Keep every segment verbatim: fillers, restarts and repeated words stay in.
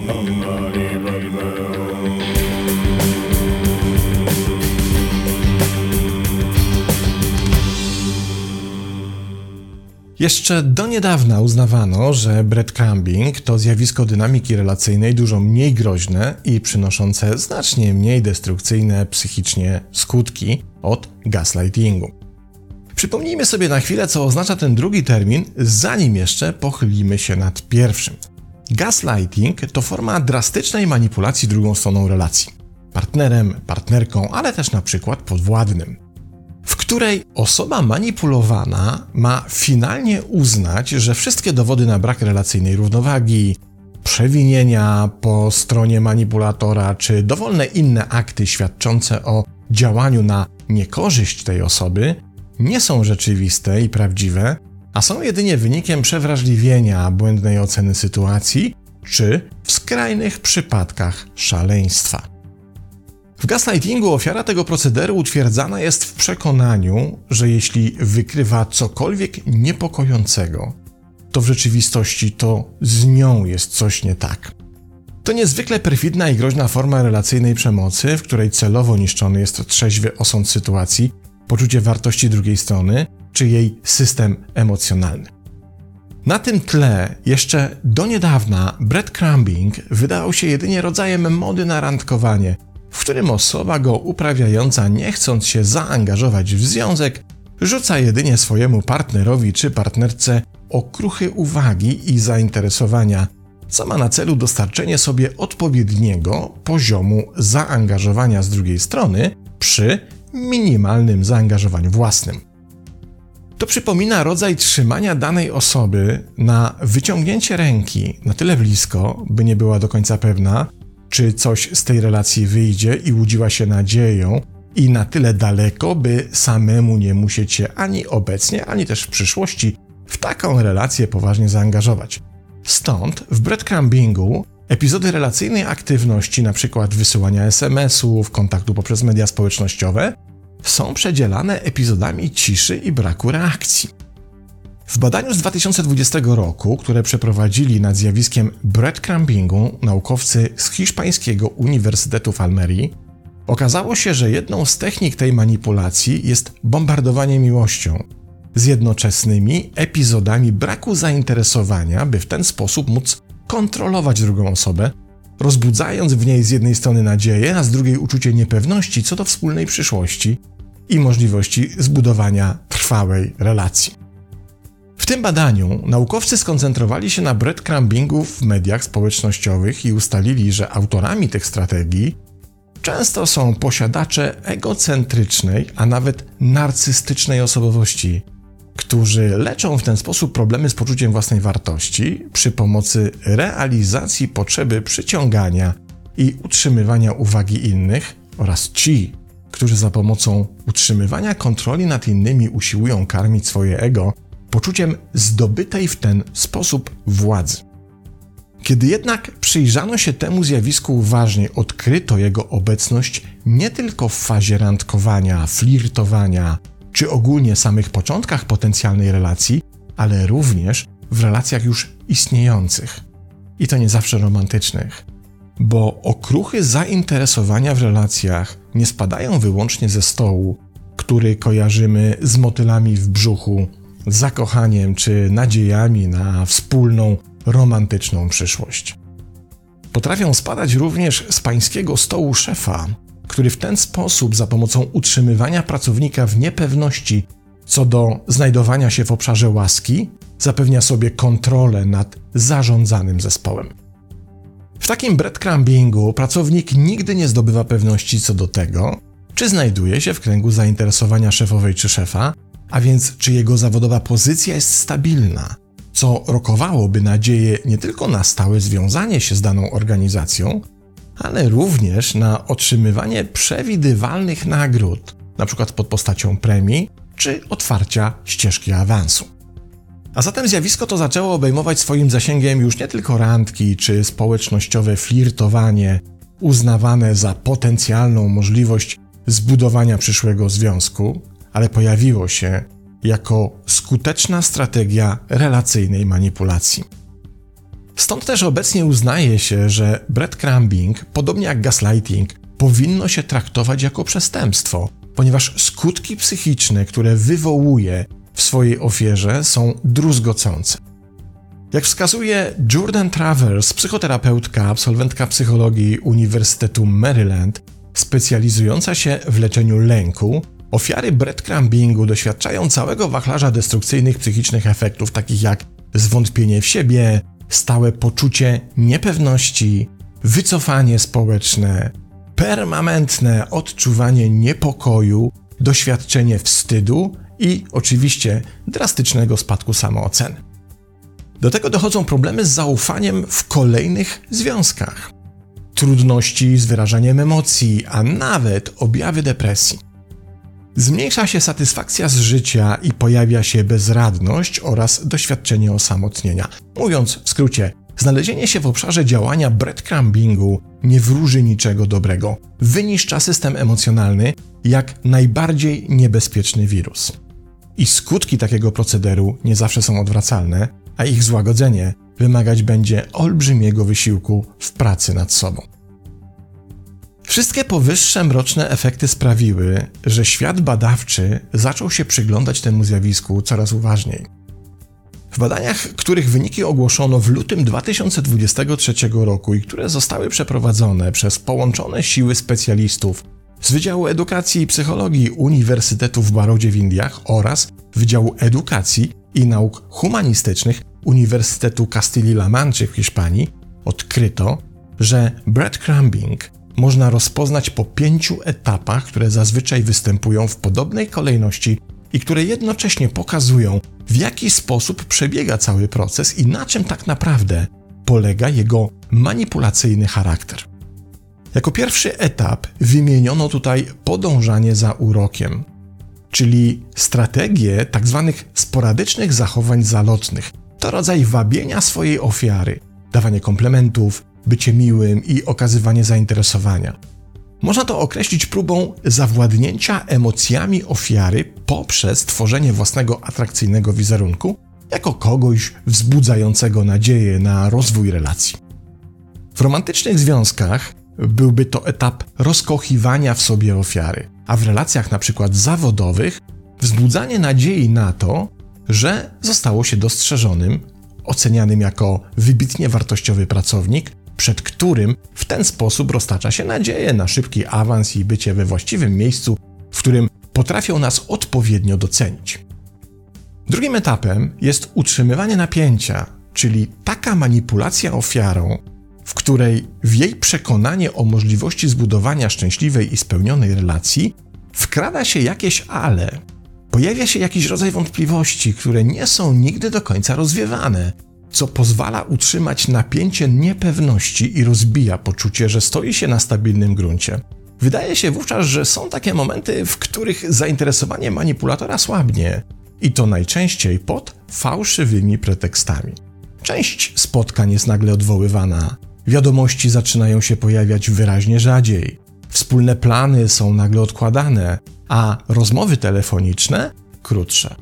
Jeszcze do niedawna uznawano, że breadcrumbing to zjawisko dynamiki relacyjnej dużo mniej groźne i przynoszące znacznie mniej destrukcyjne psychicznie skutki od gaslightingu. Przypomnijmy sobie na chwilę, co oznacza ten drugi termin, zanim jeszcze pochylimy się nad pierwszym. Gaslighting to forma drastycznej manipulacji drugą stroną relacji. Partnerem, partnerką, ale też na przykład podwładnym, w której osoba manipulowana ma finalnie uznać, że wszystkie dowody na brak relacyjnej równowagi, przewinienia po stronie manipulatora czy dowolne inne akty świadczące o działaniu na niekorzyść tej osoby nie są rzeczywiste i prawdziwe, a są jedynie wynikiem przewrażliwienia, błędnej oceny sytuacji czy w skrajnych przypadkach szaleństwa. W gaslightingu ofiara tego procederu utwierdzana jest w przekonaniu, że jeśli wykrywa cokolwiek niepokojącego, to w rzeczywistości to z nią jest coś nie tak. To niezwykle perfidna i groźna forma relacyjnej przemocy, w której celowo niszczony jest trzeźwy osąd sytuacji, poczucie wartości drugiej strony czy jej system emocjonalny. Na tym tle jeszcze do niedawna breadcrumbing wydawał się jedynie rodzajem mody na randkowanie, w którym osoba go uprawiająca, nie chcąc się zaangażować w związek, rzuca jedynie swojemu partnerowi czy partnerce okruchy uwagi i zainteresowania, co ma na celu dostarczenie sobie odpowiedniego poziomu zaangażowania z drugiej strony przy minimalnym zaangażowaniu własnym. To przypomina rodzaj trzymania danej osoby na wyciągnięcie ręki na tyle blisko, by nie była do końca pewna, czy coś z tej relacji wyjdzie i łudziła się nadzieją, i na tyle daleko, by samemu nie musieć się ani obecnie, ani też w przyszłości w taką relację poważnie zaangażować. Stąd w breadcrumbingu epizody relacyjnej aktywności, np. wysyłania es em esów, kontaktu poprzez media społecznościowe, są przedzielane epizodami ciszy i braku reakcji. W badaniu z dwa tysiące dwudziestego roku, które przeprowadzili nad zjawiskiem breadcrumbingu naukowcy z hiszpańskiego Uniwersytetu w Almerii, okazało się, że jedną z technik tej manipulacji jest bombardowanie miłością, z jednoczesnymi epizodami braku zainteresowania, by w ten sposób móc kontrolować drugą osobę, rozbudzając w niej z jednej strony nadzieję, a z drugiej uczucie niepewności co do wspólnej przyszłości i możliwości zbudowania trwałej relacji. W tym badaniu naukowcy skoncentrowali się na breadcrumbingu w mediach społecznościowych i ustalili, że autorami tych strategii często są posiadacze egocentrycznej, a nawet narcystycznej osobowości, którzy leczą w ten sposób problemy z poczuciem własnej wartości przy pomocy realizacji potrzeby przyciągania i utrzymywania uwagi innych, oraz ci, którzy za pomocą utrzymywania kontroli nad innymi usiłują karmić swoje ego poczuciem zdobytej w ten sposób władzy. Kiedy jednak przyjrzano się temu zjawisku uważniej, odkryto jego obecność nie tylko w fazie randkowania, flirtowania, czy ogólnie samych początkach potencjalnej relacji, ale również w relacjach już istniejących. I to nie zawsze romantycznych. Bo okruchy zainteresowania w relacjach nie spadają wyłącznie ze stołu, który kojarzymy z motylami w brzuchu, zakochaniem czy nadziejami na wspólną, romantyczną przyszłość. Potrafią spadać również z pańskiego stołu szefa, który w ten sposób za pomocą utrzymywania pracownika w niepewności co do znajdowania się w obszarze łaski zapewnia sobie kontrolę nad zarządzanym zespołem. W takim breadcrumbingu pracownik nigdy nie zdobywa pewności co do tego, czy znajduje się w kręgu zainteresowania szefowej czy szefa, a więc czy jego zawodowa pozycja jest stabilna, co rokowałoby nadzieję nie tylko na stałe związanie się z daną organizacją, ale również na otrzymywanie przewidywalnych nagród, np. pod postacią premii czy otwarcia ścieżki awansu. A zatem zjawisko to zaczęło obejmować swoim zasięgiem już nie tylko randki czy społecznościowe flirtowanie, uznawane za potencjalną możliwość zbudowania przyszłego związku, ale pojawiło się jako skuteczna strategia relacyjnej manipulacji. Stąd też obecnie uznaje się, że breadcrumbing, podobnie jak gaslighting, powinno się traktować jako przestępstwo, ponieważ skutki psychiczne, które wywołuje w swojej ofierze, są druzgocące. Jak wskazuje Jordan Travers, psychoterapeutka, absolwentka psychologii Uniwersytetu Maryland, specjalizująca się w leczeniu lęku, ofiary breadcrumbingu doświadczają całego wachlarza destrukcyjnych psychicznych efektów, takich jak zwątpienie w siebie, stałe poczucie niepewności, wycofanie społeczne, permanentne odczuwanie niepokoju, doświadczenie wstydu i oczywiście drastycznego spadku samooceny. Do tego dochodzą problemy z zaufaniem w kolejnych związkach, trudności z wyrażaniem emocji, a nawet objawy depresji. Zmniejsza się satysfakcja z życia i pojawia się bezradność oraz doświadczenie osamotnienia. Mówiąc w skrócie, znalezienie się w obszarze działania breadcrumbingu nie wróży niczego dobrego. Wyniszcza system emocjonalny jak najbardziej niebezpieczny wirus. I skutki takiego procederu nie zawsze są odwracalne, a ich złagodzenie wymagać będzie olbrzymiego wysiłku w pracy nad sobą. Wszystkie powyższe mroczne efekty sprawiły, że świat badawczy zaczął się przyglądać temu zjawisku coraz uważniej. W badaniach, których wyniki ogłoszono w lutym dwa tysiące dwudziestego trzeciego roku i które zostały przeprowadzone przez połączone siły specjalistów z Wydziału Edukacji i Psychologii Uniwersytetu w Barodzie w Indiach oraz Wydziału Edukacji i Nauk Humanistycznych Uniwersytetu Castilla-La Mancha w Hiszpanii, odkryto, że breadcrumbing można rozpoznać po pięciu etapach, które zazwyczaj występują w podobnej kolejności i które jednocześnie pokazują, w jaki sposób przebiega cały proces i na czym tak naprawdę polega jego manipulacyjny charakter. Jako pierwszy etap wymieniono tutaj podążanie za urokiem, czyli strategię tzw. sporadycznych zachowań zalotnych. To rodzaj wabienia swojej ofiary, dawanie komplementów, bycie miłym i okazywanie zainteresowania. Można to określić próbą zawładnięcia emocjami ofiary poprzez tworzenie własnego atrakcyjnego wizerunku jako kogoś wzbudzającego nadzieję na rozwój relacji. W romantycznych związkach byłby to etap rozkochiwania w sobie ofiary, a w relacjach np. zawodowych wzbudzanie nadziei na to, że zostało się dostrzeżonym, ocenianym jako wybitnie wartościowy pracownik, przed którym w ten sposób roztacza się nadzieję na szybki awans i bycie we właściwym miejscu, w którym potrafią nas odpowiednio docenić. Drugim etapem jest utrzymywanie napięcia, czyli taka manipulacja ofiarą, w której w jej przekonanie o możliwości zbudowania szczęśliwej i spełnionej relacji wkrada się jakieś ale. Pojawia się jakiś rodzaj wątpliwości, które nie są nigdy do końca rozwiewane, co pozwala utrzymać napięcie niepewności i rozbija poczucie, że stoi się na stabilnym gruncie. Wydaje się wówczas, że są takie momenty, w których zainteresowanie manipulatora słabnie i to najczęściej pod fałszywymi pretekstami. Część spotkań jest nagle odwoływana, wiadomości zaczynają się pojawiać wyraźnie rzadziej, wspólne plany są nagle odkładane, a rozmowy telefoniczne krótsze.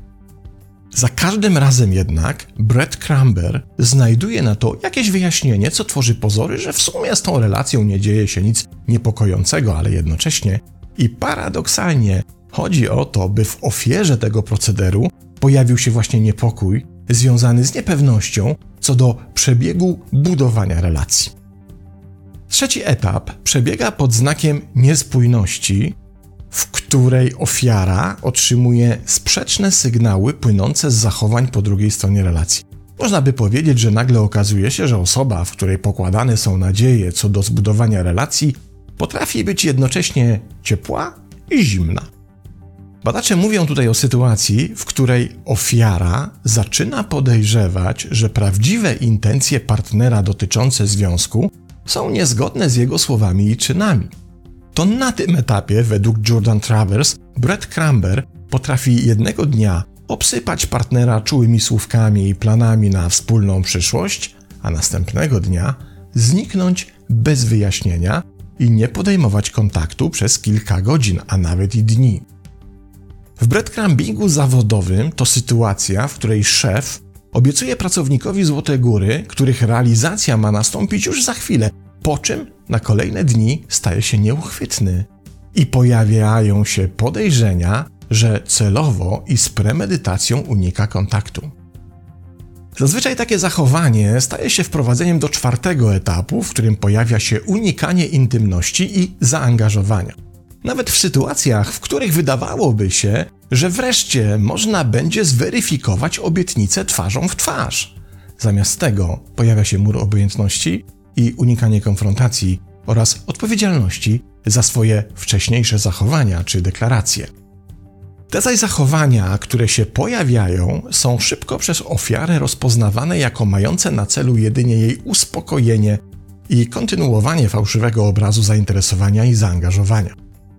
Za każdym razem jednak breadcrumber znajduje na to jakieś wyjaśnienie, co tworzy pozory, że w sumie z tą relacją nie dzieje się nic niepokojącego, ale jednocześnie i paradoksalnie chodzi o to, by w ofierze tego procederu pojawił się właśnie niepokój związany z niepewnością co do przebiegu budowania relacji. Trzeci etap przebiega pod znakiem niespójności, w której ofiara otrzymuje sprzeczne sygnały płynące z zachowań po drugiej stronie relacji. Można by powiedzieć, że nagle okazuje się, że osoba, w której pokładane są nadzieje co do zbudowania relacji, potrafi być jednocześnie ciepła i zimna. Badacze mówią tutaj o sytuacji, w której ofiara zaczyna podejrzewać, że prawdziwe intencje partnera dotyczące związku są niezgodne z jego słowami i czynami. To na tym etapie, według Jordan Travers, breadcrumber potrafi jednego dnia obsypać partnera czułymi słówkami i planami na wspólną przyszłość, a następnego dnia zniknąć bez wyjaśnienia i nie podejmować kontaktu przez kilka godzin, a nawet i dni. W breadcrumbingu zawodowym to sytuacja, w której szef Obiecuje pracownikowi Złote Góry, których realizacja ma nastąpić już za chwilę, po czym na kolejne dni staje się nieuchwytny. I pojawiają się podejrzenia, że celowo i z premedytacją unika kontaktu. Zazwyczaj takie zachowanie staje się wprowadzeniem do czwartego etapu, w którym pojawia się unikanie intymności i zaangażowania. Nawet w sytuacjach, w których wydawałoby się, że wreszcie można będzie zweryfikować obietnicę twarzą w twarz. Zamiast tego pojawia się mur obojętności i unikanie konfrontacji oraz odpowiedzialności za swoje wcześniejsze zachowania czy deklaracje. Te zaś zachowania, które się pojawiają, są szybko przez ofiarę rozpoznawane jako mające na celu jedynie jej uspokojenie i kontynuowanie fałszywego obrazu zainteresowania i zaangażowania.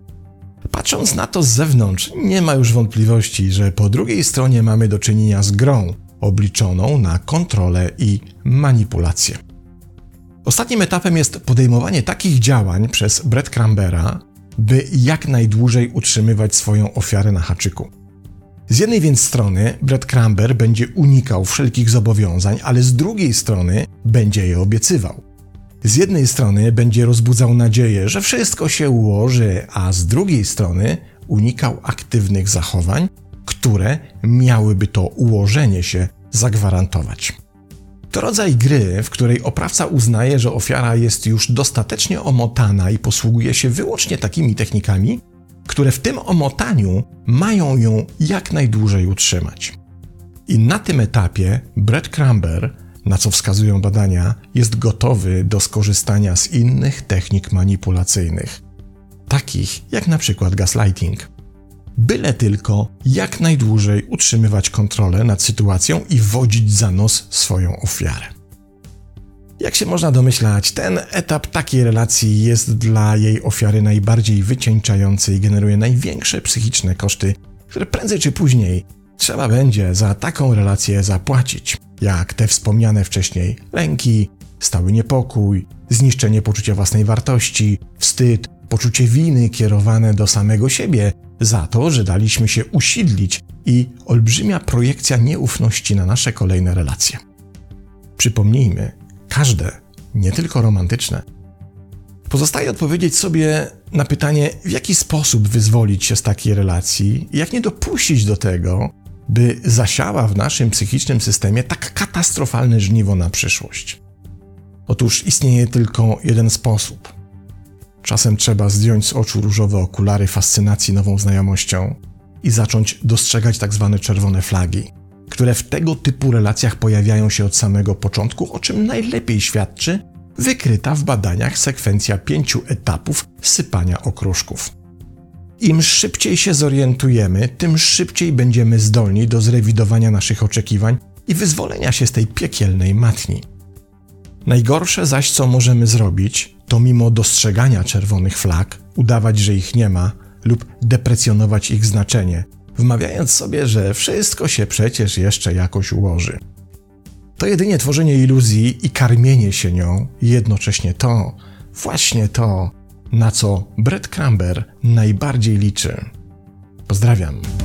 Patrząc na to z zewnątrz, nie ma już wątpliwości, że po drugiej stronie mamy do czynienia z grą obliczoną na kontrolę i manipulację. Ostatnim etapem jest podejmowanie takich działań przez breadcrumbera, by jak najdłużej utrzymywać swoją ofiarę na haczyku. Z jednej więc strony breadcrumber będzie unikał wszelkich zobowiązań, ale z drugiej strony będzie je obiecywał. Z jednej strony będzie rozbudzał nadzieję, że wszystko się ułoży, a z drugiej strony unikał aktywnych zachowań, które miałyby to ułożenie się zagwarantować. To rodzaj gry, w której oprawca uznaje, że ofiara jest już dostatecznie omotana i posługuje się wyłącznie takimi technikami, które w tym omotaniu mają ją jak najdłużej utrzymać. I na tym etapie breadcrumber, na co wskazują badania, jest gotowy do skorzystania z innych technik manipulacyjnych, takich jak na przykład gaslighting. Byle tylko jak najdłużej utrzymywać kontrolę nad sytuacją i wodzić za nos swoją ofiarę. Jak się można domyślać, ten etap takiej relacji jest dla jej ofiary najbardziej wycieńczający i generuje największe psychiczne koszty, które prędzej czy później trzeba będzie za taką relację zapłacić, jak te wspomniane wcześniej lęki, stały niepokój, zniszczenie poczucia własnej wartości, wstyd, poczucie winy kierowane do samego siebie za to, że daliśmy się usidlić i olbrzymia projekcja nieufności na nasze kolejne relacje. Przypomnijmy, każde, nie tylko romantyczne. Pozostaje odpowiedzieć sobie na pytanie, w jaki sposób wyzwolić się z takiej relacji i jak nie dopuścić do tego, by zasiała w naszym psychicznym systemie tak katastrofalne żniwo na przyszłość. Otóż istnieje tylko jeden sposób. Czasem trzeba zdjąć z oczu różowe okulary fascynacji nową znajomością i zacząć dostrzegać tak zwane czerwone flagi, które w tego typu relacjach pojawiają się od samego początku, o czym najlepiej świadczy wykryta w badaniach sekwencja pięciu etapów sypania okruszków. Im szybciej się zorientujemy, tym szybciej będziemy zdolni do zrewidowania naszych oczekiwań i wyzwolenia się z tej piekielnej matni. Najgorsze zaś, co możemy zrobić, to mimo dostrzegania czerwonych flag udawać, że ich nie ma lub deprecjonować ich znaczenie, wmawiając sobie, że wszystko się przecież jeszcze jakoś ułoży. To jedynie tworzenie iluzji i karmienie się nią, jednocześnie to, właśnie to, na co breadcrumber najbardziej liczy. Pozdrawiam.